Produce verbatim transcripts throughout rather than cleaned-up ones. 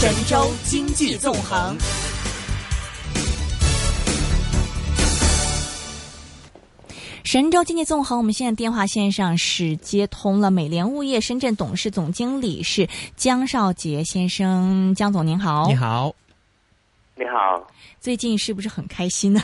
神州经济纵横。神州经济纵横，我们现在电话线上是接通了美联物业深圳董事总经理是江少杰先生，江总您好。 你好， 你好。 最近是不是很开心呢？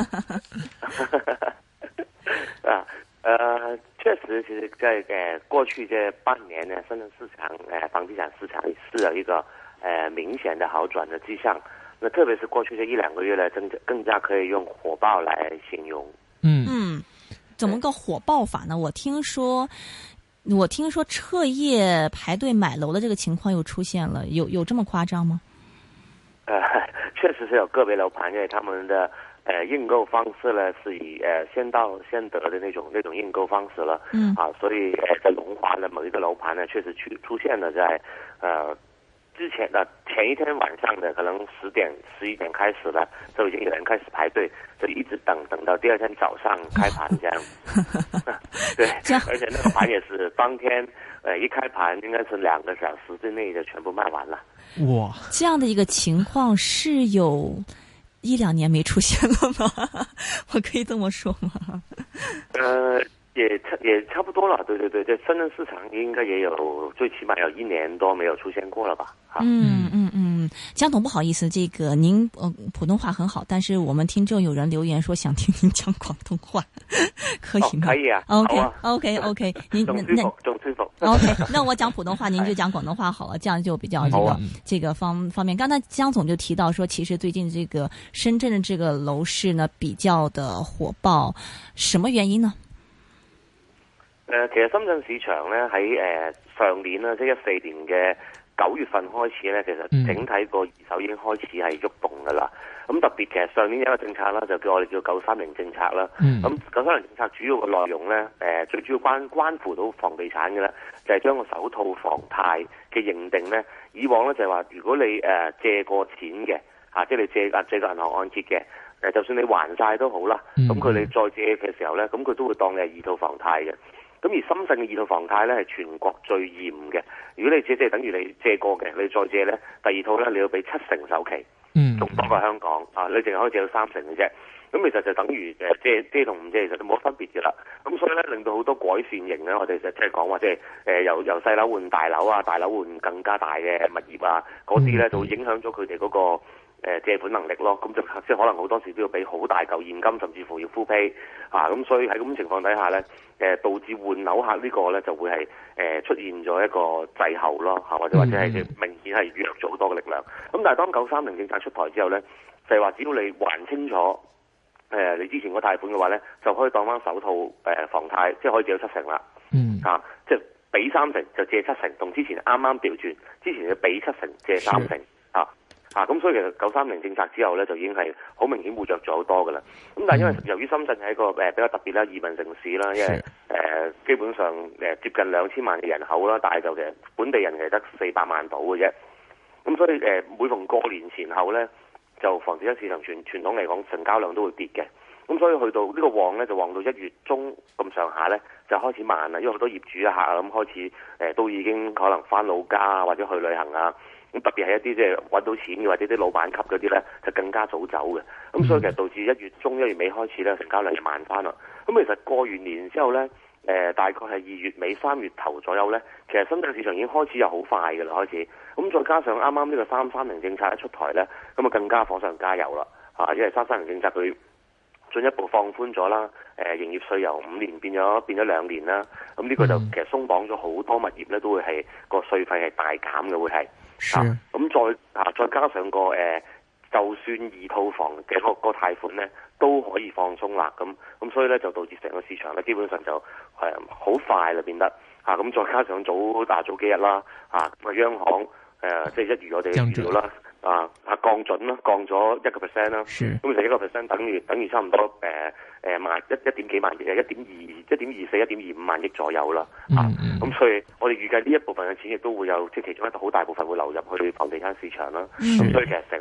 啊，呃，确实，其实在呃过去这半年呢，深圳市场呃房地产市场是有一个呃明显的好转的迹象。那特别是过去这一两个月呢，更更加可以用火爆来形容。 嗯嗯。怎么个火爆法呢？我听说，我听说彻夜排队买楼的这个情况又出现了，有有这么夸张吗？ 呃，确实是有个别楼盘，因为他们的呃认购方式呢是以呃先到先得的那种那种认购方式了。嗯啊，所以呃在龙华的某一个楼盘呢，确实出出现了在呃。之前的前一天晚上的可能十点十一点开始了，就已经有人开始排队，就一直等等到第二天早上开盘这样。对，而且那个盘也是当天呃一开盘应该是两个小时之内就全部卖完了。 哇， 这样的一个情况是有一两年没出现了吗？我可以这么说吗？ 呃。也差也差不多了，对对对，这深圳市场应该也有最起码有一年多没有出现过了吧？ 嗯嗯嗯，江总不好意思，这个您呃普通话很好，但是我们听众有人留言说想听您讲广东话，可以吗？ 哦、可以啊 ，OK 啊 OK OK， 您总舒服，总舒服。 OK， 那我讲普通话，您就讲广东话好了，这样就比较这个、啊、这个方方面。刚才江总就提到说，其实最近这个深圳的这个楼市呢比較的火爆，什麼原因呢？ 誒、呃，其實深圳市場咧喺誒上年啦，即係一四年嘅九月份開始咧，其實整體個二手已經開始係喐動噶啦。咁、嗯、特別其實上年有一個政策啦，就叫我哋叫九三零政策啦。咁九三零政策主要嘅內容咧，誒、呃、最主要關關乎到房地產嘅咧，就係、是、將個首套房貸嘅認定咧，以往咧就係話如果你誒、呃、借過錢嘅嚇、啊，即係你借啊借個銀行按揭嘅。誒，就算你還晒都好啦，咁佢哋再借嘅時候咧，咁佢都會當你係二套房貸嘅。咁而深圳嘅二套房貸咧係全國最嚴嘅。如果你借即係等於你借過嘅，你再借咧，第二套咧你要俾七成首期，仲多過香港啊！你淨係可以借到三成嘅啫。咁其實就等於誒借借同唔借其實都冇分別嘅啦。咁所以咧令到好多改善型咧，我哋就即係講話即係誒由由細樓換大樓啊，大樓換更加大嘅物業啊，嗰啲咧就會影響咗佢哋嗰個。誒借款能力咯，咁就即係可能好多時都要俾好大嚿現金，甚至乎要 full pay 啊，咁所以喺咁情況底下咧，誒導致換樓客呢個咧就會係誒出現咗一個滯後咯，嚇或者或者係明顯係弱咗好多嘅力量。咁但係當九三零政策出台之後咧，就係話只要你還清楚誒、呃、你之前個貸款嘅話咧，就可以當翻首套誒、呃、房貸，即係可以借到七成啦。嗯，啊，即係俾三成就借七成，同之前啱啱調轉，之前要俾七成借三成啊。啊，咁所以其實九三零政策之後咧，就已經係好明顯活躍咗好多㗎啦。咁但係因為由於深圳係一個誒、呃、比較特別啦，移民城市啦，因為誒、呃、基本上誒、呃、接近兩千萬嘅人口啦，但係就其實本地人其實得四百萬到嘅啫。咁所以誒、呃、每逢過年前後咧，就房地產市場傳傳統嚟講成交量都會跌嘅。咁所以去到呢個旺咧，就旺到一月中咁上下咧，就開始慢啦，因為好多業主啊客啊咁開始誒、呃、都已經可能返老家啊，或者去旅行啊。咁特別係一啲即係揾到錢嘅或者啲老闆級嗰啲咧，就更加早走嘅。咁所以其實導致一月中、一月尾開始咧，成交量就慢翻啦。咁其實過完年之後咧，誒、呃、大概係二月尾、三月頭左右咧，其實深圳市場已經開始又好快嘅啦，開始。咁再加上啱啱呢個三三零政策一出台咧，咁啊更加火上加油啦。啊，因為三三零政策佢進一步放寬咗啦，誒、呃、營業稅由五年變咗變咗兩年啦。咁呢個就其實鬆綁咗好多物業咧，都會係個稅費係大減嘅，會係。啊，咁再啊，再加上個誒、呃，就算二套房嘅個個貸款咧，都可以放鬆啦。咁咁所以咧，就導致成個市場咧，基本上就係好、呃、快啦變得嚇。咁、啊、再加上早大早幾日啦，啊咁啊央行誒、呃、即係一如我哋預料啦，啊啊降準啦，降咗一個 percent 啦。咁其實一個 percent 等於等於差唔多誒誒萬一一點幾萬億，一點二一點二四一點二五萬億左右啦。啊，咁、嗯、所以我哋預計呢一部分嘅錢亦都會有，即係其中一個好大部分會流入去房地產市場啦。咁、嗯、所以其實成個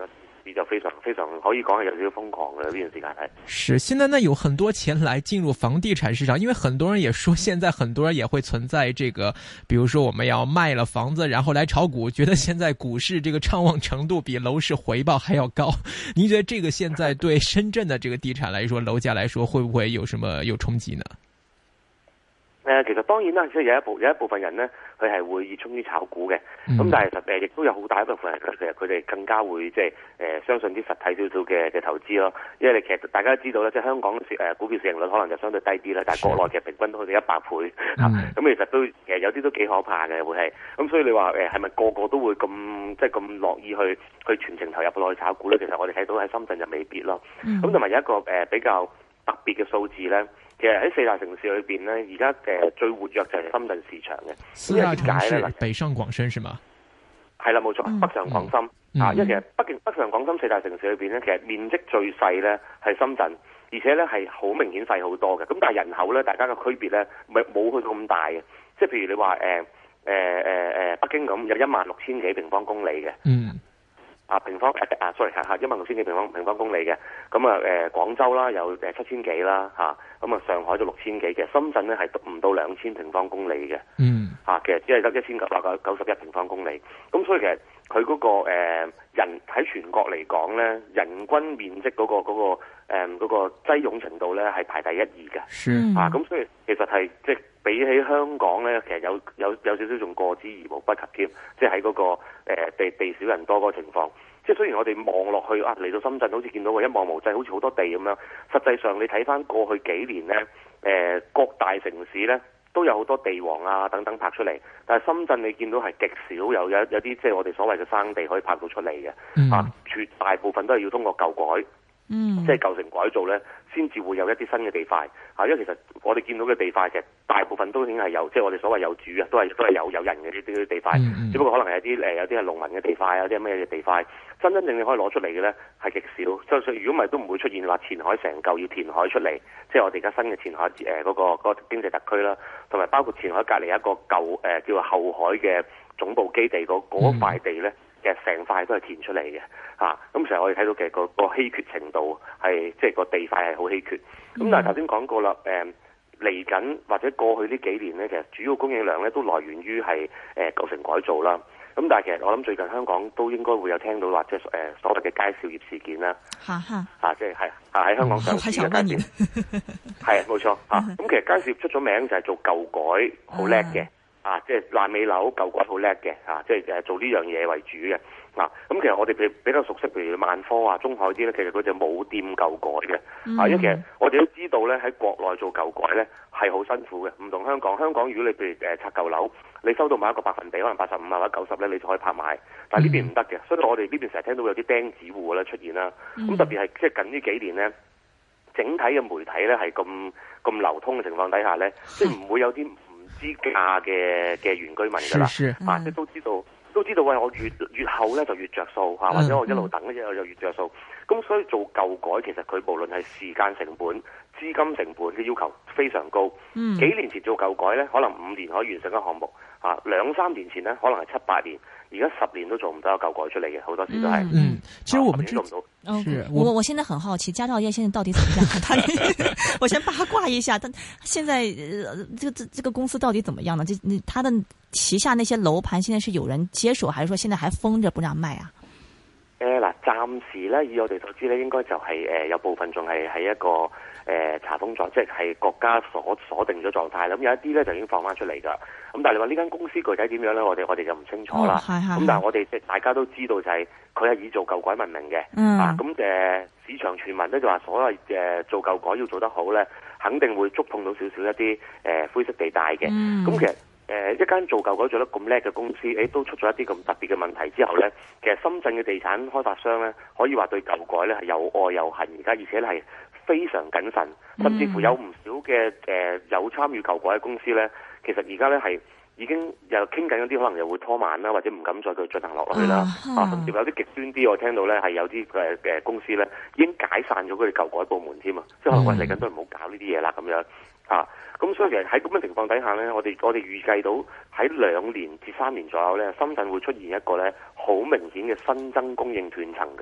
市就非常非常可以講係有少少瘋狂嘅呢段時間係。 是，現在呢有很多錢來進入房地產市場，因為很多人也說，現在很多人也會存在這個，比如說我們要賣了房子，然後來炒股，覺得現在股市這個暢旺程度比樓市回報還要高。您覺得這個現在對深圳的這個地產來說，樓價來說，會不會有什麼有衝擊呢？ 誒、呃，其實當然啦，即係有一部有一部分人咧，佢係會熱衷於炒股嘅。咁、嗯、但係實誒亦都有好大一部分人咧，其實佢哋更加會即係誒相信啲實體少少嘅嘅投資咯。因為你其實大家都知道咧，即係香港誒、呃、股票市盈率可能就相對低啲啦，但係國內其實平均都去到一百倍嚇。咁、嗯啊、其實都其實有啲都幾可怕嘅會係。咁所以你話誒係咪個個都會咁即係咁樂意去去全程投入落去炒股咧？其實我哋睇到喺深圳就未必咯。咁同埋有一個誒、呃、比較特別嘅數字咧。其實喺四大城市裏邊咧，而家誒最活躍就係深圳市場嘅。 四大城市，北上廣深是嗎？ 係啦，冇錯，北上廣深、嗯、啊。因為其實北京北上廣深四大城市裏邊咧，其實面積最細咧係深圳，而且咧係好明顯細好多嘅。咁但係人口咧，大家嘅區別咧，咪冇去到咁大嘅。即係譬如你話誒誒誒誒北京咁有一萬六千幾平方公里嘅。嗯。啊，平方誒啊，sorry 嚇嚇，一萬六千幾平方平方公里嘅，咁啊誒廣州啦有誒七千幾啦嚇，咁啊上海就六千幾嘅，深圳咧係唔到兩千平方公里嘅，嗯嚇，其實只係得一千九百九十一平方公里，咁所以其實佢嗰個誒人喺全國嚟講咧，人均面積嗰個嗰個誒嗰個擠擁程度咧係排第一二嘅，嗯啊，咁所以其實係即係比起香港咧，其實有有有少少仲過之而無不及添，即係喺嗰個誒地地少人多嗰個情況。即係雖然我哋望落去啊，嚟到深圳好似見到一望無際，好似好多地咁樣。實際上你睇翻過去幾年咧，誒、呃、各大城市咧都有好多地王啊等等拍出嚟，但係深圳你見到係極少有有有啲即係我哋所謂嘅生地可以拍到出嚟嘅，嗯、啊，絕大部分都係要通過舊改。嗯，即係舊城改造咧，先至會有一啲新嘅地塊啊！因為其實我哋見到嘅地塊，其實大部分都已經係有，即係我哋所謂有主啊，都係都係有有人嘅呢啲地塊。嗯嗯、只不過可能係啲誒有啲係農民嘅地塊，有啲係咩嘅地塊，真真正正可以攞出嚟嘅咧係極少。所以如果唔係都唔會出現話前海成嚿要填海出嚟，即係我哋而家新嘅前海誒嗰、呃嗰個嗰、嗰個經濟特區啦，同埋包括前海隔離一個舊誒、呃、叫做後海嘅總部基地嗰嗰塊地咧。嗯其實成塊都係填出嚟嘅，嚇咁成日我哋睇到嘅個個稀缺程度係即係個地塊係好稀缺。咁、嗯、但係頭先講過啦，誒嚟緊或者過去呢幾年咧，其實主要供應量咧都來源於係誒舊城改造啦。咁但係其實我諗最近香港都應該會有聽到或者誒所謂嘅佳兆業事件啦，嚇嚇嚇即係係啊喺香港上市嘅佳兆業，係冇錯嚇。咁其實佳兆業出咗名就係做舊改好叻嘅。啊，即係爛尾樓舊改好叻嘅，啊，即係誒做呢樣嘢為主嘅，啊，咁其實我哋比比較熟悉，譬如萬科啊、中海啲咧，其實佢哋冇掂舊改嘅，嗯、啊，因為其實我哋都知道咧，喺國內做舊改咧係好辛苦嘅，唔同香港。香港如果你譬如誒拆舊樓，你收到某一個百分比，可能八十五啊或者九十咧，你就可以拍賣，但係呢邊唔得嘅，所以我哋呢邊成日聽到有啲釘子戶咧出現啦，咁、嗯、特別係即係近呢幾年咧，整體嘅媒體咧係咁咁流通嘅情況底下咧，即係唔會有啲支價嘅嘅原居民㗎啦，是是啊，即、嗯、都知道，都知道喂，我越越後咧就越着數嚇，或者我一路等嘅啫，我就越着數。咁、嗯、所以做舊改其實佢無論係時間成本、資金成本嘅要求非常高。嗯、幾年前做舊改咧，可能五年可以完成一個項目，啊，兩三年前咧可能係七八年。而家十年都做唔到舊改出嚟嘅，好多時都係。 嗯，其實我們做唔到。 嗯，我我現在很好奇，佳兆業現在到底怎麼樣？他，我先八卦一下，但現在呃，這個這這個公司到底怎麼樣呢？這他的旗下那些樓盤，現在是有人接手，還是說現在還封着不讓賣啊？ 誒嗱、呃，暫時咧，以我哋所知咧，應該就係、是、誒、呃、有部分仲係喺一個誒、呃、查封狀，即係國家鎖鎖定咗狀態啦。咁有一啲咧就已經放翻出嚟噶。咁但係你話呢間公司具體點樣咧？我哋我哋就唔清楚啦。咁、哦、但係我哋即係大家都知道就係佢係以做舊改聞名嘅。嗯、啊，咁誒、呃、市場傳聞咧就話所謂誒、呃、做舊改要做得好咧，肯定會觸碰到少少一啲誒、呃、灰色地帶嘅。咁、嗯、其實誒、呃、一間做舊改做得咁叻嘅公司，誒都出咗一啲咁特別嘅問題之後咧，其實深圳嘅地產開發商咧可以話對舊改咧係有愛有恨，而家而且咧係非常謹慎，甚至乎有唔少嘅誒、呃、有參與舊改嘅公司咧。其實而家咧係已經又傾緊嗰啲，可能又會拖慢啦，或者唔敢再去進行落去啦。啊，啊，甚至有啲極端啲，我聽到咧係有啲誒誒公司咧已經解散咗佢哋舊改部門添啊，即係可能喂嚟緊都唔好搞呢啲嘢啦咁樣啊。咁所以其實喺咁嘅情況底下咧，我哋我哋預計到喺兩年至三年左右咧，深圳會出現一個咧好明顯嘅新增供應斷層嘅。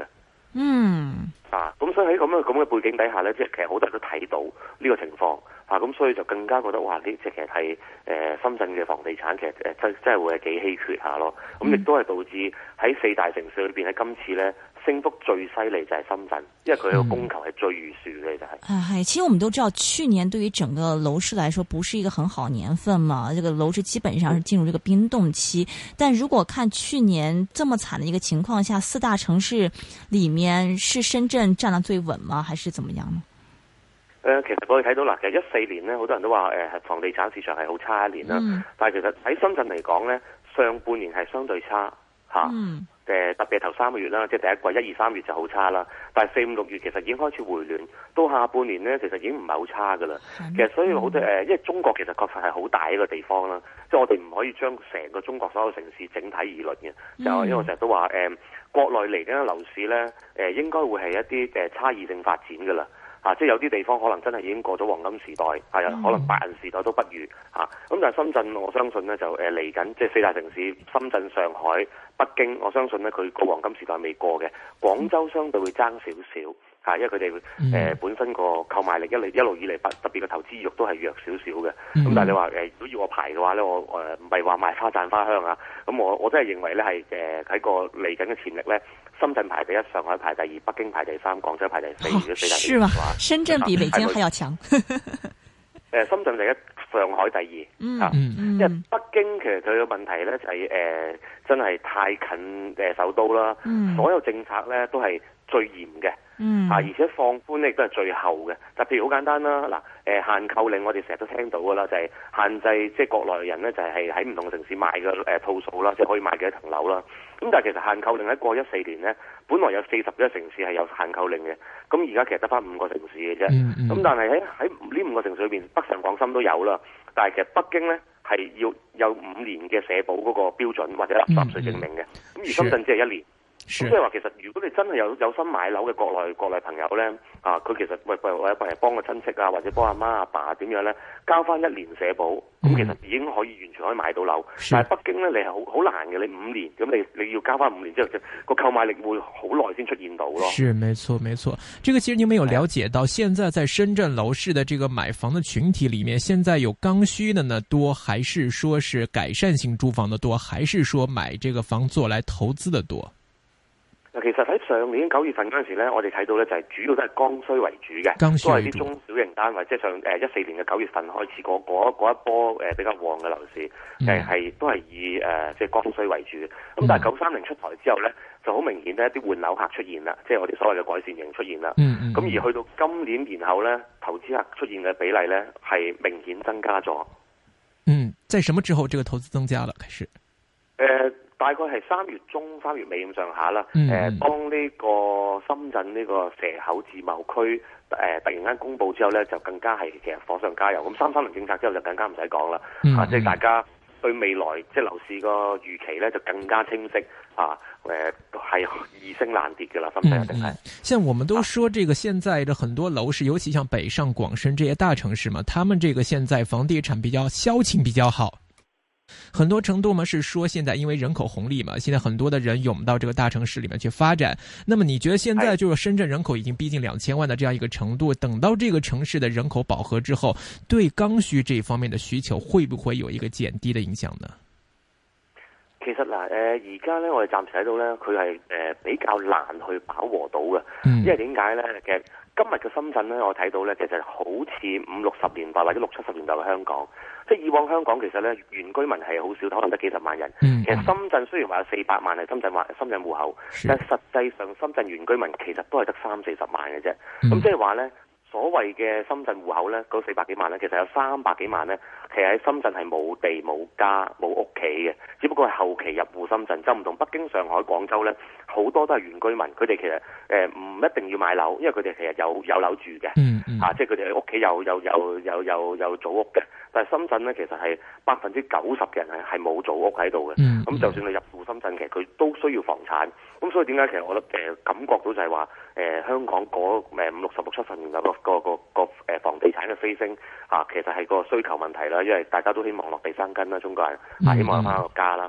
嗯。 啊，咁所以喺咁嘅咁嘅背景底下咧，即係其實好多人都睇到呢個情況，啊，咁所以就更加覺得哇，呢即係其實係誒、呃、深圳嘅房地產其實誒真真係會係幾稀缺下咯，咁亦都係導致喺四大城市裏邊喺今次咧升幅最犀利就係深圳，因為佢個供求係最懸殊嘅就係、是。 啊，係，其實我們都知道，去年對於整個樓市來說，不是一個很好年份嘛，這個樓市基本上是進入這個冰凍期。但如果看去年這麼慘的一個情況下，四大城市裏面是深圳站得最穩嗎？還是怎麼樣呢？ 誒、呃，其實我哋睇到啦，其實一四年呢，好多人都話誒，房地產市場係好差一年啦。嗯、但係其實喺深圳嚟講呢，上半年係相對差嚇。嗯誒特別係頭三個月啦，即係第一季一二三月就好差啦，但係四五六月其實已經開始回暖，到下半年呢，其實已經唔係好差噶啦。嗯、其實所以好多誒，因為中國其實確實係好大一個地方啦，即係我哋唔可以將成個中國所有城市整體議論嘅。嗯、就因為我成日都話誒、呃，國內嚟緊嘅樓市呢，誒、呃、應該會係一啲誒差異性發展噶啦。啊，即係有啲地方可能真係已經過咗黃金時代，係啊，可能白銀時代都不如嚇。咁、啊、但係深圳，我相信呢就誒嚟緊，即係四大城市，深圳、上海、北京，我相信呢，佢個黃金時代未過嘅。廣州相對會爭少少嚇，因為佢哋誒本身個購買力一嚟一路以嚟，特別個投資欲都係弱少少嘅。咁、嗯、但係你話誒、呃，如果要我排嘅話咧，我誒唔係話賣花讚花香啊。咁我我真係認為咧係誒喺個嚟緊嘅潛力咧。深圳排第一，上海排第二，北京排第三，廣州排第四。哦， 是嗎？深圳比北京還要強。 誒，深圳第一，上海第二。嗯嗯。因為北京其實佢嘅問題咧就係、是、誒、呃，真係太近誒首都啦。嗯。所有政策咧都係最嚴嘅。嗯。啊，而且放寬咧亦都係最後嘅。特別好簡單啦，嗱，誒限購令我哋成日都聽到噶啦，就係、是、限制即係國內人咧就係喺唔同城市買嘅誒套數啦，即係可以買幾多層樓啦。咁但係其實限購令喺過一四年呢，本來有四十幾個城市係有限購令嘅，咁而家其實得翻五個城市嘅啫。咁、嗯嗯、但係喺喺呢五個城市裏邊，北上廣深都有啦。但係其實北京呢係要有五年嘅社保嗰個標準或者垃圾稅證明嘅，咁、嗯嗯、而深圳只係一年。咁即係話其實如果你真係有有心買樓嘅國內國內朋友咧，啊佢其實喂喂或者係幫個親戚啊，或者幫阿媽阿爸點樣咧，交翻一年社保，咁、嗯、其實已經可以完全可以買到樓。是但係北京咧，你係好好難嘅，你五年咁你你要交翻五年之後，個購買力會好耐先出現到咯。 是，沒錯沒錯。這個其實你們有了解到，現在在深圳樓市的這個買房的群體裡面，現在有剛需的呢多，還是說是改善性住房的多，還是說買這個房做來投資的多？ 嗱，其實喺上年九月份嗰陣時咧，我哋睇到咧就係主要都係剛需為主嘅，都係啲中小型單位，即係上誒一四年嘅九月份開始嗰嗰一波誒比較旺嘅樓市，誒係、嗯、都係以誒即係剛需為主嘅。咁但係九三零出台之後咧，就好明顯咧一啲換樓客出現啦，即係我哋所謂嘅改善型出現啦。咁、嗯嗯、而去到今年年後咧，投資客出現嘅比例咧係明顯增加咗。 嗯，在什麼之後，這個投資增加了？開始？誒、 呃。大概係三月中、三月尾咁上下啦。誒、嗯呃，當呢個深圳呢個蛇口自貿區誒、呃、突然間公佈之後咧，就更加係其實火上加油。咁三三零政策之後就更加唔使講啦。嗯、啊，即係大家對未來即係樓市個預期咧就更加清晰。啊，誒、呃，係易升難跌嘅啦，深圳一定係。 像我們都說，這個現在的很多樓市，尤其像北上廣深這些大城市嘛，他們這個現在房地產比較銷情比較好。很多程度嘛是說現在因為人口紅利嘛，現在很多的人湧到這個大城市裏面去發展。那麼你覺得現在就是深圳人口已經逼近兩千萬的這樣一個程度，等到這個城市的人口飽和之後，對剛需這方面的需求會不會有一個減低的影響呢？ 其實嗱，誒而家咧我哋暫時睇到咧，佢係誒比較難去飽和到嘅， 嗯、 因為點解咧？其實今日嘅深圳咧，我睇到咧，其實好似五六十年代或者六七十年代嘅香港。即係以往香港其實咧原居民係好少，可能得幾十萬人。嗯、其實深圳雖然話有四百萬係深圳話深圳戶口，是但係實際上深圳原居民其實都係得三四十萬嘅啫。咁即係話咧，所謂嘅深圳戶口咧，嗰四百幾萬咧，其實有三百幾萬咧，其實喺深圳係冇地冇家冇屋企嘅，只不過係後期入戶深圳，就唔同北京、上海、廣州咧，好多都係原居民，佢哋其實誒唔一定要買樓，因為佢哋其實有有樓住嘅，嗯嗯、啊，即係佢哋屋企有有有有有有組屋嘅。但係深圳咧，其實係百分之九十嘅人係係冇組屋喺度嘅。咁、嗯嗯、就算你入戶深圳，其實佢都需要房產。咁所以點解其實我覺得誒、呃、感覺到就係話誒香港嗰誒五六十六七十年代個個個個誒房地產嘅飛升啊，其實係個需求問題啦，因為大家都希望落地生根啦，中國人啊希望有翻個家啦。咁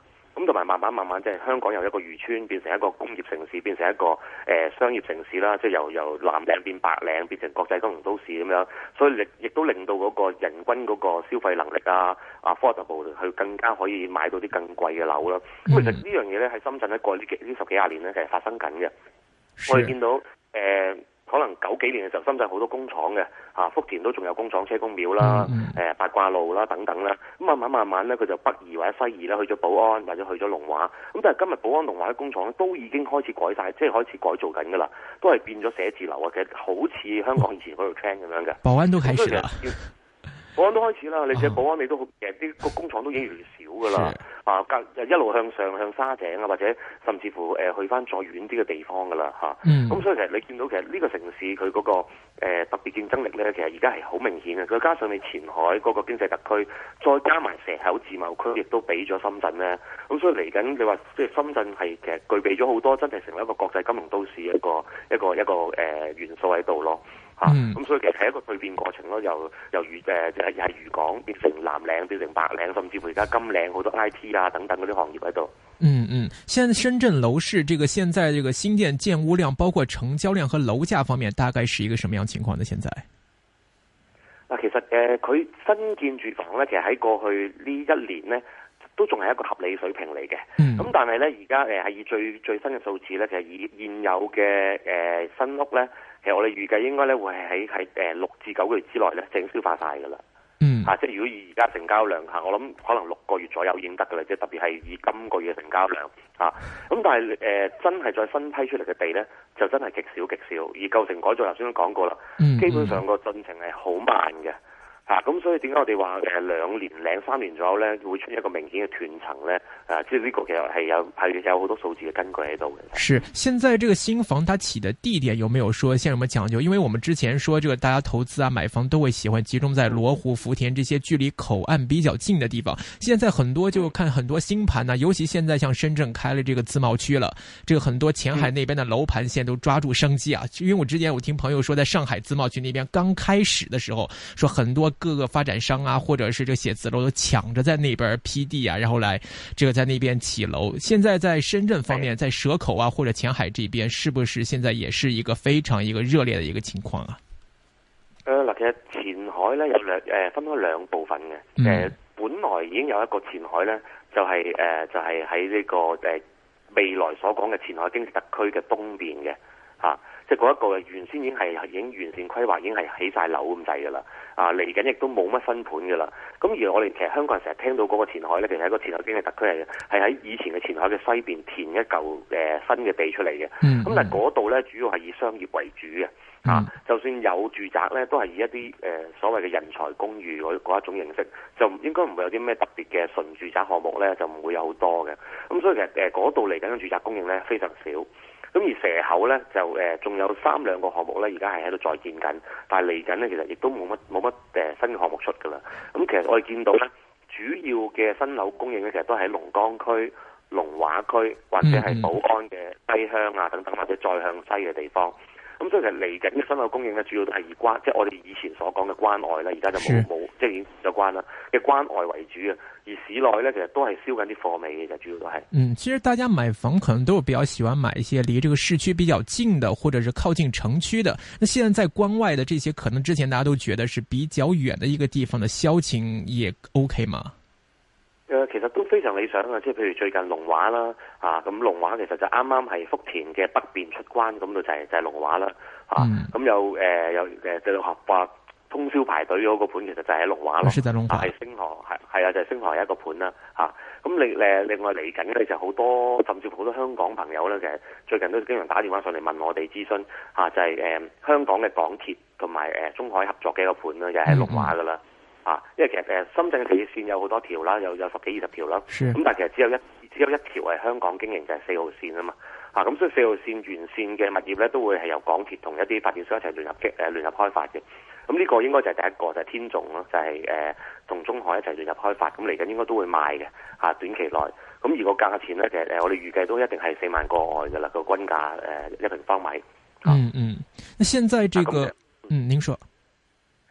咁同埋慢慢慢慢即係香港由一個漁村變成一個工業城市，變成一個誒、呃、商業城市啦，即係由由藍領變白領，變成國際金融都市咁樣，所以亦亦都令到嗰個人均嗰個消費能力啊啊 affordable 去更加可以買到啲更貴嘅樓啦。咁、嗯、其實呢樣嘢咧喺深圳咧過呢幾呢十幾廿年咧其實發生緊嘅，我哋見到誒。呃可能九幾年嘅時候，深圳好多工廠嘅，啊福田都仲有工廠車公廟啦，誒、嗯呃、八卦路啦等等啦，咁慢慢慢慢咧佢就北移或者西移啦，去咗寶安或者去咗龍華，咁但係今日寶安龍華嘅工廠都已經開始改晒，即係開始改造緊㗎啦，都係變咗寫字樓啊，其實好似香港以前嗰度 trend 咁樣嘅。 寶安都開始啦。 寶安都開始啦，你睇寶安你都好，其實啲個工廠都已經越嚟越少噶啦，啊，隔一路向上向沙井啊，或者甚至乎誒、呃、去翻再遠啲嘅地方噶啦嚇。咁、嗯啊、所以其實你見到其實呢個城市佢嗰、那個、呃、特別競爭力咧，其實而家係好明顯嘅。再加上你前海嗰個經濟特區，再加埋蛇口自貿區，亦都俾咗深圳咧。咁所以嚟緊你話即係深圳係其實具備咗好多真係成為一個國際金融都市一個一個一個誒、呃、元素喺度咯。咁、嗯啊、所以其實係一個蛻變過程咯，由由漁誒就係係漁港變成藍領，變成白領，甚至乎而家金領好多 I T 啊等等嗰啲行業喺度。 嗯嗯，現在深圳樓市這個現在這個新建建屋量，包括成交量和樓價方面，大概是一個什麼樣情況呢？現在嗱，其實誒佢、呃、新建住房咧，其實喺過去呢一年咧，都仲係一個合理水平嚟嘅。咁、嗯、但係咧，而家誒係以最最新嘅數字咧，其實以現有嘅誒、呃、新屋咧。其實我哋預計應該咧會係喺喺誒六至九個月之內咧正消化晒㗎啦。嗯。啊，即係如果以而家成交量嚇，我諗可能六個月左右已經得㗎啦。即係特別係以今個月嘅成交量嚇。咁、啊、但係誒、呃、真係再新批出嚟嘅地咧，就真係極少極少。而舊城改造頭先都講過啦、嗯，基本上個進程係好慢嘅。嚇、啊，咁所以點解我哋話誒兩年零三年左右咧會出現一個明顯嘅斷層咧？啊，即係呢個其實係有係有好多數字嘅根據喺度嘅。 是，現在這個新房它起的地點有沒有說現有什麼講究？因為我們之前說，這個大家投資啊買房都會喜歡集中在羅湖、福田這些距離口岸比較近的地方。現在很多就看很多新盤呢、啊，尤其現在像深圳開了這個自貿區了，這個很多前海那邊的樓盤現在都抓住生機啊。因為我之前我聽朋友說，在上海自貿區那邊剛開始的時候，說很多各個發展商啊，或者是這個寫字樓都搶着在那邊批地啊，然後來這個在那邊起樓。現在在深圳方面，在蛇口啊或者前海這邊，是不是現在也是一個非常一個熱烈的一個情況啊？ 誒、呃，嗱，其實前海咧有兩誒、呃、分開兩部分嘅。誒、呃嗯，本來已經有一個前海咧，就係、是、誒、呃、就係喺呢個誒、呃、未來所講嘅前海經濟特區嘅東邊嘅吓。啊即係嗰一個原先已經係已經完善規劃，已經係起晒樓咁滯㗎啦。啊，嚟緊亦都冇乜分盤㗎啦。咁而我哋其實香港人成日聽到嗰個前海咧，其實係一個前海經濟特區嚟嘅，係喺以前嘅前海嘅西邊填一嚿誒、呃、新嘅地出嚟嘅。咁、嗯、但係嗰度咧主要係以商業為主嘅。啊、嗯，就算有住宅咧，都係以一啲誒、呃、所謂嘅人才公寓嗰嗰一種形式，就應該唔會有啲咩特別嘅純住宅項目咧，就唔會有好多嘅。咁所以其實誒嗰度嚟緊嘅住宅供應咧非常少。咁而蛇口咧就誒仲、呃、有三兩個項目咧，而家係喺度再建緊，但係嚟緊咧其實亦都冇乜冇乜誒新嘅項目出㗎啦。咁其實我哋見到咧，主要嘅新樓供應咧，其實都喺龍崗區、龍華區或者係寶安嘅西鄉啊等等，或者再向西嘅地方。咁所以其實嚟緊嘅新樓供應咧，主要都係以關，即係我哋以前所講嘅關外咧，而家就冇冇，即係已經咗關啦嘅關外為主嘅。而市內咧，其實都係燒緊啲貨尾嘅，就主要都係。嗯，其實大家買房可能都比較喜歡買一些離這個市區比較近的，或者是靠近城區的。那現在在關外的這些，可能之前大家都覺得是比較遠的一個地方的銷情，也 OK 嗎？誒、呃，其實都非常理想啊！即係譬如最近龍華啦，啊咁龍華其實就啱啱係福田嘅北邊出關，咁就係、是、就係、是、龍華啦，啊咁、嗯、有誒、呃、有誒即係合法通宵排隊嗰個盤，其實就係喺龍華咯，係星河係係啊，就係、是、星河一個盤啦，嚇咁另誒另外嚟緊咧就好多，甚至乎好多香港朋友咧，其實最近都經常打電話上嚟問我哋諮詢嚇、啊，就係、是、誒、呃、香港嘅港鐵同埋誒中海合作嘅一個盤啦，又喺龍華噶啦。嗯啊，因為其實誒深圳嘅地鐵線有好多條啦，有有十幾二十條啦，咁但係其實只有一只有一條係香港經營，就係、是、四號線啊嘛，啊咁所以四號線沿線嘅物業咧都會係由港鐵同一啲發展商一齊聯合嘅誒聯合開發嘅，咁呢個應該就係第一個就係、是、天頌咯，就係誒同中海一齊聯合開發，咁嚟緊應該都會賣嘅，嚇、啊、短期內，咁而個價錢咧其實誒我哋預計都一定係四萬個外嘅啦，個均價誒、呃、一平方米。 嗯嗯，那現在這個、啊、嗯，您說。 咁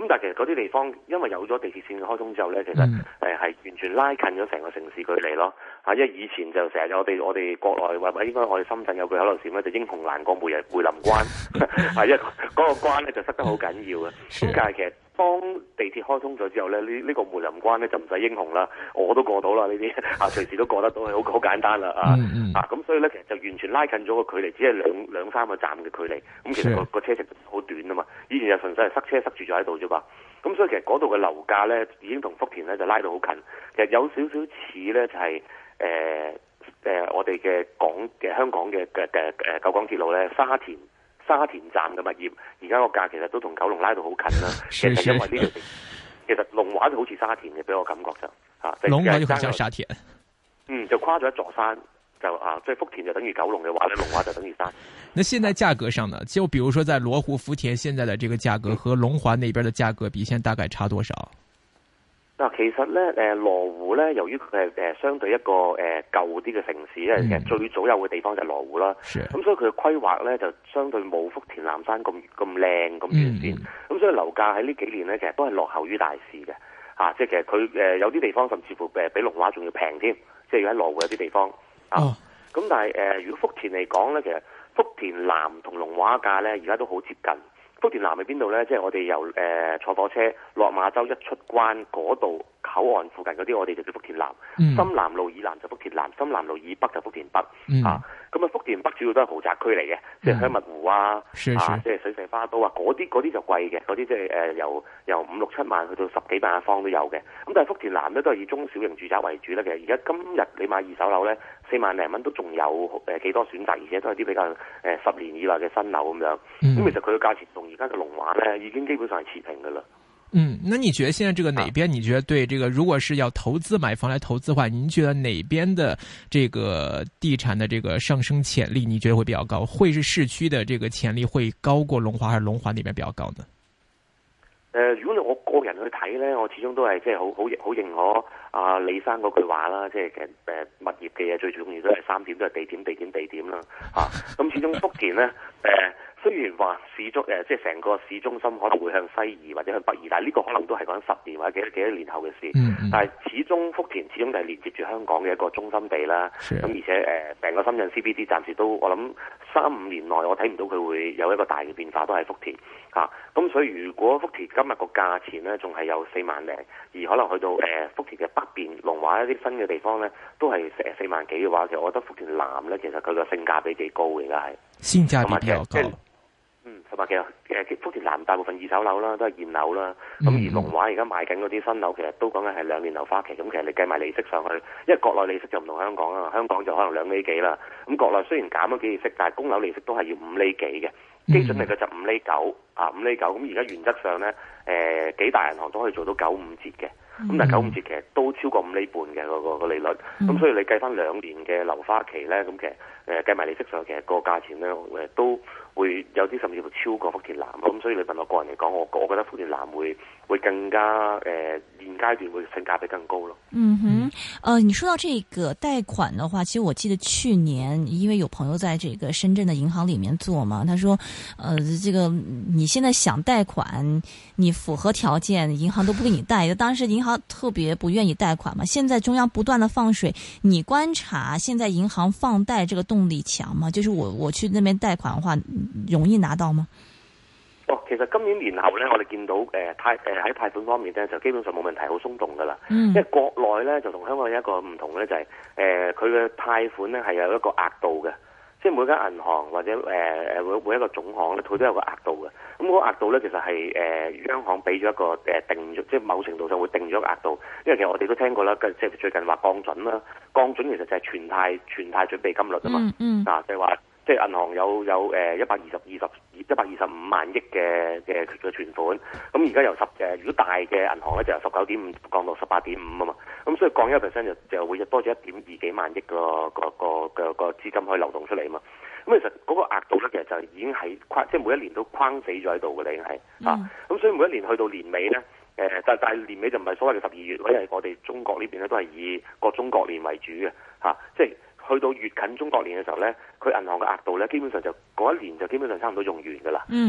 但係其實嗰啲地方因為有咗地鐵線嘅開通之後咧，其實誒係、呃、完全拉近咗成個城市距離咯。啊，因為以前就成日我哋我哋國內或者應該我哋深圳有句口頭禪咧，就英雄難過梅人梅林關，係因為嗰個關咧就塞得好緊要嘅。咁但係其實當地鐵開通咗之後咧，呢、這、呢個梅林關咧就唔使英雄啦，我都過到啦呢啲啊，隨時都過得到，係好好簡單啦啊、嗯嗯、啊！咁所以咧其實就完全拉近咗個距離，只係兩兩三個站嘅距離。咁其實個個車程好短啊嘛，以前就純粹係塞車塞住咗喺度啫嘛。咁所以其實嗰度嘅樓價咧已經同福田咧就拉到好近。其實有少少似咧就係、是。誒誒、呃呃，我哋嘅港嘅香港嘅嘅嘅誒九廣鐵路咧，沙田沙田站嘅物業，而家個價其實都同九龍拉到好近啦。其實因為呢條地，其實龍華就好似沙田嘅，俾我感覺就嚇。 龍華就好像沙田。 嗯，就跨咗一座山，就啊，即係福田就等於九龍嘅話咧，龍華就等於沙田。 那現在價格上呢？就比如說在羅湖、福田，現在的這個價格和龍華那邊的價格比，現在大概差多少？ 嗱，其實咧，誒羅湖咧，由於佢係誒相對一個誒舊啲嘅城市咧，其實、嗯、最早有嘅地方就係羅湖啦。咁是所以佢嘅規劃咧就相對冇福田南山咁咁靚咁完善。咁、嗯、所以樓價喺呢幾年咧，其實都係落後於大市嘅。嚇、啊，即係其實佢誒有啲地方甚至乎誒比龍華仲要平添。即係喺羅湖有啲地方。啊，咁、哦、但係誒、呃，如果福田嚟講咧，其實福田南同龍華價咧，而家都好接近。福田南喺邊度呢？即係我哋由誒、呃、坐火車落馬洲一出關嗰度口岸附近嗰啲，我哋就叫福田南。嗯、深南路以南就福田南，深南路以北就福田北。嗯、啊，咁啊福田北主要都係豪宅區嚟嘅，即係香蜜湖啊，是是啊，即係水上花都啊，嗰啲嗰啲就貴嘅，嗰啲即係誒由由五六七萬去到十幾萬一方都有嘅。咁但係福田南咧都係以中小型住宅為主啦。其實而家今日你買二手樓咧，四萬零蚊都仲有誒幾多選擇，而且都係啲比較誒、呃、十年以內嘅新樓咁樣。咁、嗯、其實佢嘅價錢同而家嘅龍華咧已經基本上係持平噶啦。 嗯，那你覺得現在這個哪邊？你覺得對這個，如果是要投資買房來投資的話，您覺得哪邊的這個地產的這個上升潛力，你覺得會比較高？會是市區的這個潛力會高過龍華，還是龍華那邊比較高呢？ 誒、呃，如果你我個人去睇咧，我始終都係即係好好好認可阿、呃、李生嗰句話啦，即係其實誒物業嘅嘢最重要都係三點，都係地點、地點、地點啦。吓、啊，咁始終福田咧，誒、呃。雖然話市中誒，即係成個市中心可能會向西移或者向北移，但係呢個可能都係講緊十年或者幾多幾多年後嘅事。嗯嗯、但係始終福田始終就係連接住香港嘅一個中心地啦。咁的而且誒，成、呃、個深圳 C B D 暫時都我諗三五年內我睇唔到佢會有一個大嘅變化，都係福田嚇。咁、啊、所以如果福田今日個價錢咧仲係有四萬零，而可能去到誒、呃、福田嘅北邊龍華一啲新嘅地方咧，都係成四萬幾嘅話，其實我覺得福田南咧其實佢個性價比幾高嘅，而家係性價比比較高。 嗯，同埋其實誒福田南大部分二手樓啦，都係現樓啦。咁、嗯、而龍華而家賣緊嗰啲新樓，其實都講緊係兩年樓花期。咁其實你計埋利息上去，因為國內利息就唔同香港啊，香港就可能兩厘幾啦。咁國內雖然減咗幾厘息，但係供樓利息都係要五厘幾嘅。基準利率就五厘九啊，五厘九。咁而家原則上咧，誒、呃、幾大銀行都可以做到九五折嘅。咁、嗯、但係九五折其實都超過五厘半嘅個個個利率。咁、嗯、所以你計翻兩年嘅樓花期咧，咁其實誒計埋利息上，其實個價錢咧誒都會有啲甚至乎超過福田南。咁所以你問我個人嚟講，我我覺得福田南會會更加誒、呃、現階段會性價比更高咯。嗯哼，呃，你說到這個貸款的話，其實我記得去年因為有朋友在這個深圳的銀行裏面做嘛，他說，呃，這個你現在想貸款，你符合條件，銀行都不給你貸。當時銀行特別不願意貸款嘛，現在中央不斷的放水，你觀察現在銀行放貸這個動力強嗎？就是我我去那邊貸款的話，容易拿到嗎？ 哦，其實今年年後咧，我哋見到誒貸誒喺貸款方面咧，就基本上冇問題，好鬆動噶啦。嗯、因為國內咧就同香港有一個唔同咧，就係誒佢嘅貸款咧係有一個額度嘅，即係每間銀行或者誒誒每每一個總行咧，佢都有個額度嘅。咁嗰個額度咧，其實係誒、呃、央行俾咗一個誒、呃、定咗，即係某程度上會定咗個額度。因為其實我哋都聽過啦，即係最近話降準啦，降準其實就係全貸全貸準備金率啊嘛。嗯嗯、啊，就係話。即係銀行有有誒一百二十二十一百二十五萬億嘅嘅嘅存款，咁而家由十誒如果大嘅銀行咧就由十九點五降到十八點五啊嘛，咁所以降一個 percent 就就會多咗一點二幾萬億個個個嘅個資金可以流動出嚟啊嘛，咁其實嗰個額度咧其實就已經係框，即係每一年都框死咗喺度嘅啦，已經係、嗯、啊，咁所以每一年去到年尾咧，誒、呃、但但係年尾就唔係所謂嘅十二月，因為我哋中國呢邊咧都係以國中國年為主嘅嚇、啊，即係。去到越近中國年嘅時候咧，佢銀行嘅額度咧，基本上就嗰一年就基本上差唔多用完噶啦。嗯，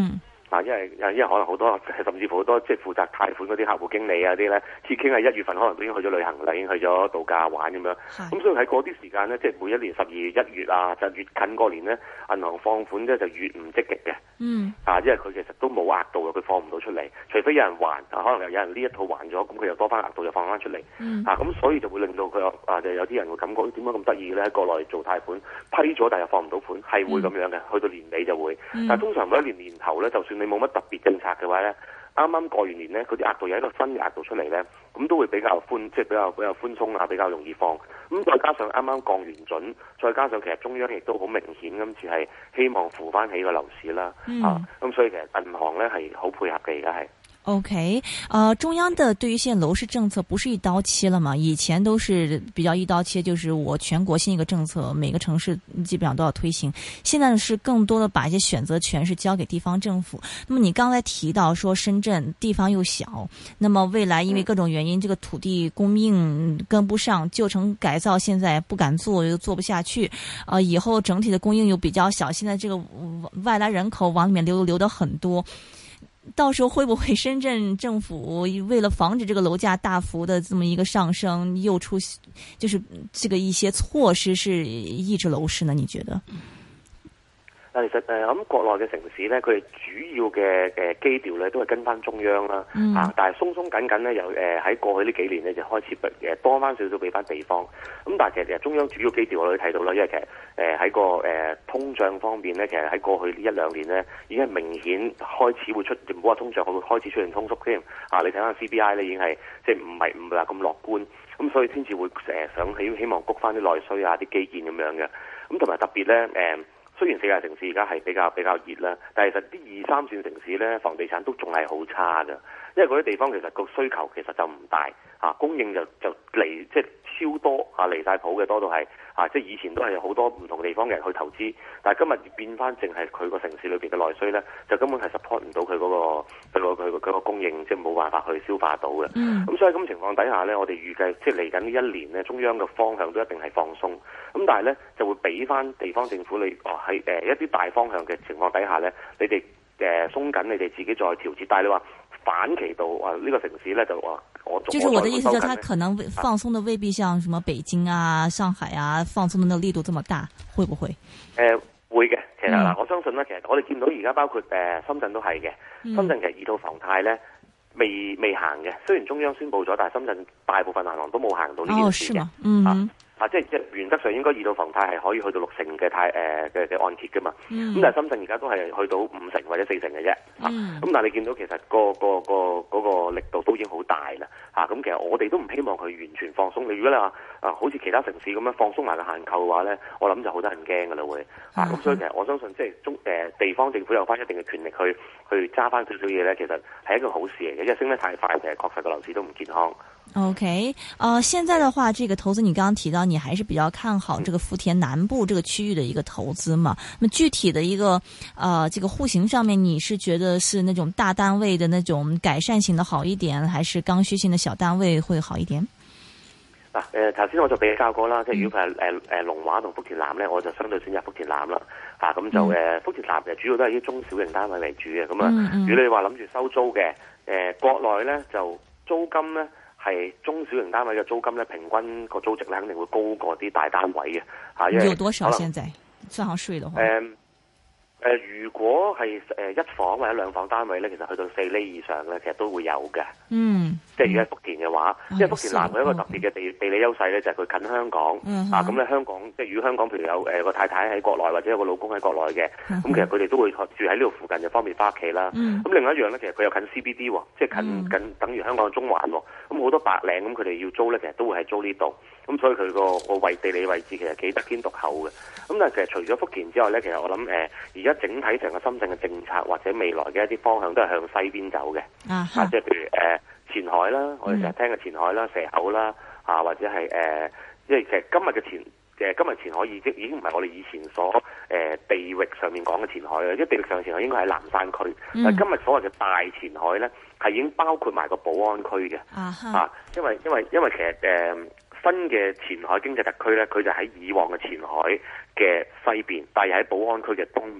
啊，因為因為可能好多甚至乎好多即係負責貸款嗰啲客戶經理啊啲咧，至傾係一月份可能都已經去咗旅行啦，已經去咗度假玩咁樣。咁所以喺嗰啲時間咧，即係每一年十二月、一月啊，就越近過年咧，銀行放款咧就越唔積極嘅。嗯。啊，因為佢其實都冇額度嘅，佢放唔到出嚟，除非有人還，啊、可能有人呢一套還咗，咁佢又多翻額度就放翻出嚟。嗯。啊，咁所以就會令到佢啊，就有啲人會感覺點解咁得意咧？喺國內做貸款批咗，但係又放唔到款，係會咁樣嘅。去到年尾就會。嗯、但係通常每一年年頭咧，就算你冇乜特別政策嘅話咧，啱啱過完年咧，嗰啲額度有一個新嘅額度出嚟咧，咁都會比較寬，即係比較比較寬鬆啊，比較容易放。咁再加上啱啱降完準，再加上其實中央亦都好明顯今次係希望扶翻起個樓市啦。嗯、啊，咁所以其實銀行咧係好配合嘅，而家係。 OK，呃，中央的對於現在樓市政策不是一刀切了嘛？以前都是比較一刀切，就是我全國性一個政策，每個城市基本上都要推行。現在是更多的把一些選擇權是交給地方政府。那麼你剛才提到說深圳地方又小，那麼未來因為各種原因，這個土地供應跟不上，舊城改造現在不敢做，又做不下去。呃，以後整體的供應又比較小，現在這個外來人口往裏面流流得很多。到時候會不會深圳政府為了防止這個樓價大幅的這麼一個上升，又出就是這個一些措施是抑制樓市呢？你覺得？ 其實誒，咁國內嘅城市咧，佢哋主要嘅誒基調咧都係跟翻中央啦，嗯、啊，但係鬆鬆緊緊咧，又誒喺過去呢幾年咧就開始誒多翻少少俾翻地方。咁但係其實中央主要基調我哋睇到啦，因為其實誒喺個誒通脹方面咧，其實喺過去呢一兩年咧已經係明顯開始會出，唔好話通脹，會開始出現通縮添。啊，你睇下 C P I 咧已經係即係唔係唔係話咁樂觀，咁所以先至會誒想希希望谷翻啲內需啊、啲基建咁樣嘅。咁同埋特別咧誒。呃雖然四大城市而家係比較比較熱啦，但係其實啲二三線城市咧，房地產都仲係好差㗎。因為嗰啲地方其實個需求其實就唔大，啊供應就就嚟即係超多啊，離晒譜嘅多到係啊，即係以前都係好多唔同地方嘅人去投資，但係今日變翻淨係佢個城市裏邊嘅內需咧，就根本係 support 唔到佢嗰個佢個佢個供應，即係冇辦法去消化到嘅。咁、嗯、所以咁情況底下咧，我哋預計即係嚟緊呢一年咧，中央嘅方向都一定係放鬆。咁但係咧就會俾翻地方政府你哦喺誒一啲大方向嘅情況底下咧，你哋誒鬆緊，你哋自己再調節。但係你話反其道啊，呢、這個城市咧就話我就是我的意思，就它可能放鬆的未必像什麼北京啊、上海啊放鬆的那個力度這麼大，會不會？誒、 呃、會嘅，其實嗱，嗯、我相信咧，其實我哋見到而家包括誒、呃、深圳都係嘅，深圳其實二套房貸咧未未行嘅，雖然中央宣布咗，但係深圳大部分銀行都冇行到呢件事嘅。哦，是嗎？嗯。啊啊，即係即係原則上應該二套房貸係可以去到六成嘅貸誒嘅嘅按揭㗎嘛，咁、嗯、但係深圳而家都係去到五成或者四成嘅啫，咁、嗯啊、但係你見到其實、個個個嗰個力度都已經好大啦，嚇、啊、咁其實我哋都唔希望佢完全放鬆。你如果你話啊好似其他城市咁樣放鬆埋個限購嘅話咧，我諗就好多人驚㗎啦會，嚇、啊、咁、嗯、所以其實我相信即係中誒、呃、地方政府有翻一定嘅權力去去揸翻少少嘢咧，其實係一個好事嚟嘅，因為升得太快其實確實個樓市都唔健康。 OK，呃，現在的話，這個投資你剛剛提到，你還是比較看好這個福田南部這個區域的一個投資嘛？那麼具體的一個，呃，這個戶型上面，你是覺得是那種大單位的那種改善型的好一點，還是剛需性的小單位會好一點？ 嗱，誒頭先我就比較過啦，即係如果佢係誒誒龍華同福田南咧，我就相對選擇福田南啦。啊，咁就誒、嗯、福田南其實主要都係啲中小型單位為主嘅，咁啊、嗯嗯，如果你話諗住收租嘅，誒、呃、國內咧就租金咧。係中小型單位嘅租金咧，平均個租值咧肯定會高過啲大單位嘅嚇，因為有多少現在算下稅嘅話？誒誒、呃，如果係誒一房或者兩房單位咧，其實去到四厘以上咧，其實都會有嘅。嗯，即係如果係福田嘅話，嗯、因為福田南有一個特別嘅地地理優勢咧，就係佢近香港。嗯、啊，咁咧香港即係如果香港譬如有誒個、呃、太太喺國內或者有個老公喺國內嘅，咁、嗯、其實佢哋都會住喺呢度附近，就方便翻屋企啦。咁、嗯、另外一樣咧，其實佢又近 C B D 喎，即係近、嗯、近等於香港嘅中環喎。咁好多白領咁佢哋要租咧，其實都會係租呢度。咁所以佢個個位地理位置其實幾得天獨厚嘅。咁但係其實除咗福田之外咧，其實我諗誒而家整體成個深圳嘅政策或者未來嘅一啲方向都係向西邊走嘅。啊，啊，即係譬如誒、呃、前海啦，我哋成日聽嘅前海啦、蛇口啦，啊或者係誒、呃，因為其實今日嘅前誒、呃、今日前海已經已經唔係我哋以前所誒、呃、地域上面講嘅前海啦，因為地域上嘅前海應該係南山區，嗯、但係今日所謂嘅大前海咧係已經包括埋個寶安區嘅。啊，啊，因為因為因為其實誒。呃新嘅前海經濟特區咧，佢就喺以往嘅前海嘅西邊，但係喺寶安區嘅東邊。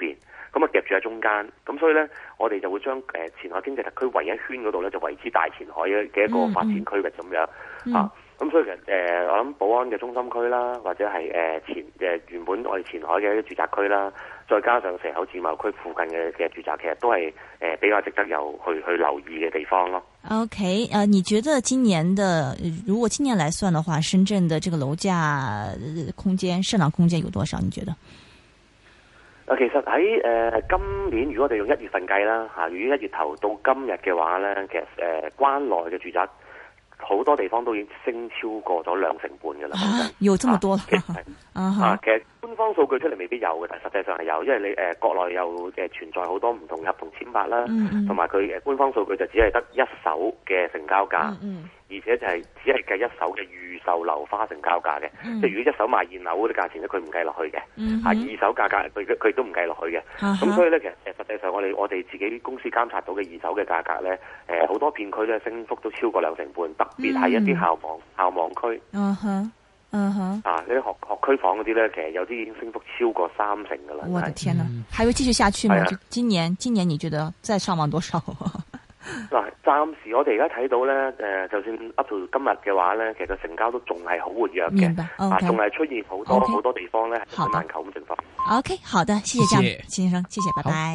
咁啊夾住喺中間，咁所以咧我哋就會將誒前海經濟特區圍一圈嗰度咧就為之大前海嘅嘅一個發展區域咁樣、嗯嗯、啊。咁所以其實誒、呃，我諗寶安嘅中心區啦，或者係誒、呃、前誒、呃、原本我哋前海嘅一啲住宅區啦，再加上蛇口自貿區附近嘅嘅住宅，其實都係誒、呃、比較值得有去去留意嘅地方咯。 OK， 呃，你覺得今年的如果今年來算的話，深圳的這個樓價空間、上漲空間有多少？你覺得？ 啊，其實喺誒、呃、今年，如果我哋用一月份計啦，嚇、啊，如果一月頭到今日嘅話咧，其實誒、呃、關內嘅住宅。好多地方都已經升超過咗兩成半嘅啦， 有這麼多啦、 啊啊。啊，其實官方數據出嚟未必有嘅，但係實際上係有，因為你誒、呃、國內又誒存在好多唔同合同簽發啦，同埋佢誒官方數據就只係得一手嘅成交價，嗯嗯、而且就係只係計一手嘅預售樓花成交價嘅，嗯、即係如果一手賣現樓嗰啲價錢咧，佢唔計落去嘅，嗯、啊二手價格佢佢都唔計落去嘅，咁、啊、所以咧其實誒實際上我哋我哋自己公司監察到嘅二手嘅價格咧，誒、呃、好多片區咧升幅都超過兩成半，特別係一啲校網、嗯、校網區，嗯哼，嗯哼，啊呢啲學學區房嗰啲咧，其實有啲已經升幅超過三成噶啦。 我的天哪，嗯、還會繼續下去嗎？啊、今年今年你覺得再上望多少？ 嗱，暫時我哋而家睇到咧，誒，就算 up to 今日嘅話咧，其實成交都仲係好活躍嘅，啊，仲係出現好多好多地方咧係滿求咁情況。 OK，好的，謝謝張先生，謝謝，拜拜。